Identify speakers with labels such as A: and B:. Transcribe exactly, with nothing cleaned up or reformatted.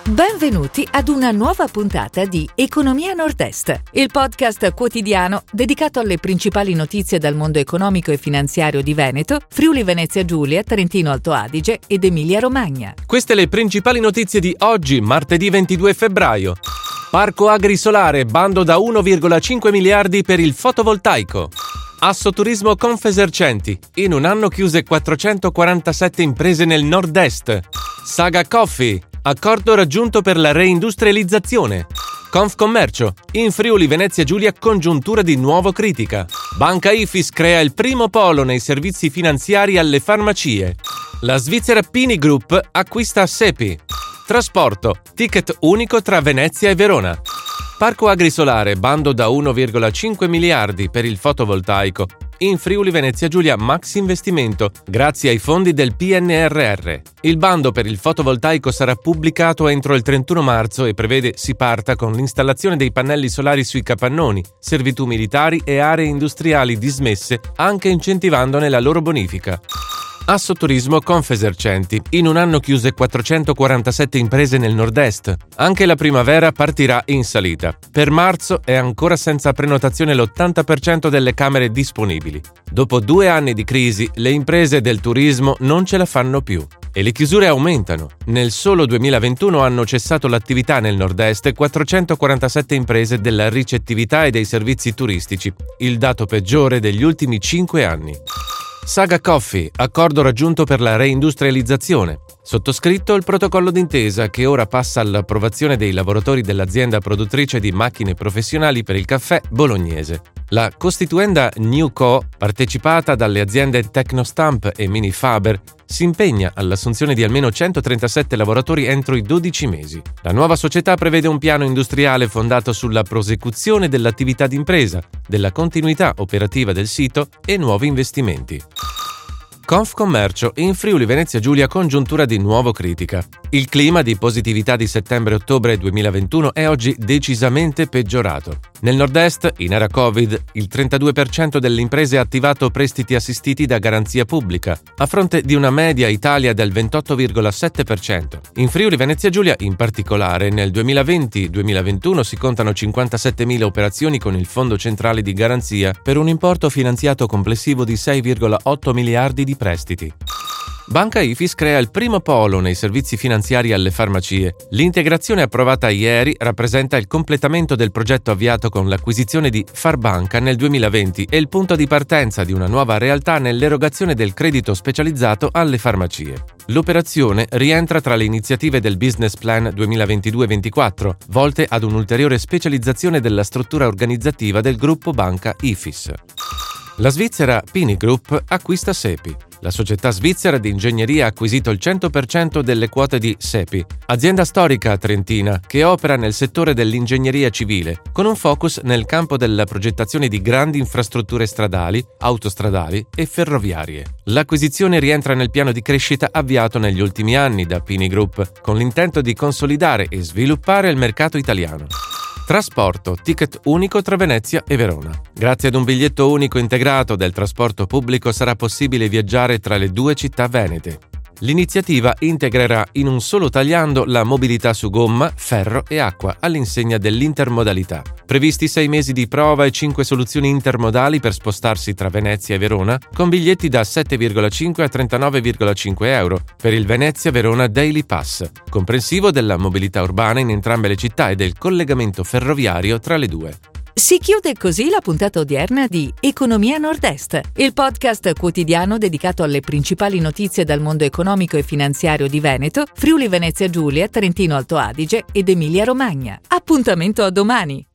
A: Benvenuti ad una nuova puntata di Economia Nord-Est, il podcast quotidiano dedicato alle principali notizie dal mondo economico e finanziario di Veneto, Friuli Venezia Giulia, Trentino Alto Adige ed Emilia Romagna.
B: Queste le principali notizie di oggi, martedì ventidue febbraio. Parco agrisolare, bando da uno virgola cinque miliardi per il fotovoltaico. Assoturismo Confesercenti, in un anno chiuse quattrocentoquarantasette imprese nel nord-est. Saga Coffee, accordo raggiunto per la reindustrializzazione. Confcommercio, in Friuli Venezia Giulia congiuntura di nuovo critica. Banca Ifis crea il primo polo nei servizi finanziari alle farmacie. La Svizzera Pini Group acquista Sepi. Trasporto, ticket unico tra Venezia e Verona. Parco agrisolare, bando da uno virgola cinque miliardi per il fotovoltaico. In Friuli Venezia Giulia maxi investimento, grazie ai fondi del P N R R. Il bando per il fotovoltaico sarà pubblicato entro il trentuno marzo e prevede si parta con l'installazione dei pannelli solari sui capannoni, servitù militari e aree industriali dismesse, anche incentivandone la loro bonifica. Assoturismo Confesercenti, in un anno chiuse quattrocentoquarantasette imprese nel nord-est. Anche la primavera partirà in salita. Per marzo è ancora senza prenotazione l'ottanta per cento delle camere disponibili. Dopo due anni di crisi, le imprese del turismo non ce la fanno più. E le chiusure aumentano. Nel solo duemilaventuno hanno cessato l'attività nel nord-est quattrocentoquarantasette imprese della ricettività e dei servizi turistici, il dato peggiore degli ultimi cinque anni. Saga Coffee, accordo raggiunto per la reindustrializzazione. Sottoscritto il protocollo d'intesa che ora passa all'approvazione dei lavoratori dell'azienda produttrice di macchine professionali per il caffè bolognese. La costituenda NewCo, partecipata dalle aziende Tecnostamp e Minifaber, si impegna all'assunzione di almeno centotrentasette lavoratori entro i dodici mesi. La nuova società prevede un piano industriale fondato sulla prosecuzione dell'attività d'impresa, della continuità operativa del sito e nuovi investimenti. Confcommercio, in Friuli Venezia Giulia congiuntura di nuovo critica. Il clima di positività di settembre-ottobre duemilaventuno è oggi decisamente peggiorato. Nel nord-est, in era Covid, il trentadue per cento delle imprese ha attivato prestiti assistiti da garanzia pubblica, a fronte di una media Italia del ventotto virgola sette per cento. In Friuli Venezia Giulia, in particolare, nel duemilaventi duemilaventuno si contano cinquantasettemila operazioni con il Fondo Centrale di Garanzia per un importo finanziato complessivo di sei virgola otto miliardi di prestiti. Banca Ifis crea il primo polo nei servizi finanziari alle farmacie. L'integrazione approvata ieri rappresenta il completamento del progetto avviato con l'acquisizione di Farbanca nel duemilaventi e il punto di partenza di una nuova realtà nell'erogazione del credito specializzato alle farmacie. L'operazione rientra tra le iniziative del Business Plan duemilaventidue ventiquattro, volte ad un'ulteriore specializzazione della struttura organizzativa del gruppo Banca Ifis. La Svizzera Pini Group acquista Sepi. La società svizzera di ingegneria ha acquisito il cento per cento delle quote di Sepi, azienda storica trentina che opera nel settore dell'ingegneria civile, con un focus nel campo della progettazione di grandi infrastrutture stradali, autostradali e ferroviarie. L'acquisizione rientra nel piano di crescita avviato negli ultimi anni da Pini Group, con l'intento di consolidare e sviluppare il mercato italiano. Trasporto, ticket unico tra Venezia e Verona. Grazie ad un biglietto unico integrato del trasporto pubblico sarà possibile viaggiare tra le due città venete. L'iniziativa integrerà in un solo tagliando la mobilità su gomma, ferro e acqua all'insegna dell'intermodalità. Previsti sei mesi di prova e cinque soluzioni intermodali per spostarsi tra Venezia e Verona, con biglietti da sette virgola cinque a trentanove virgola cinque euro per il Venezia-Verona Daily Pass, comprensivo della mobilità urbana in entrambe le città e del collegamento ferroviario tra le due.
A: Si chiude così la puntata odierna di Economia Nord-Est, il podcast quotidiano dedicato alle principali notizie dal mondo economico e finanziario di Veneto, Friuli Venezia Giulia, Trentino Alto Adige ed Emilia Romagna. Appuntamento a domani!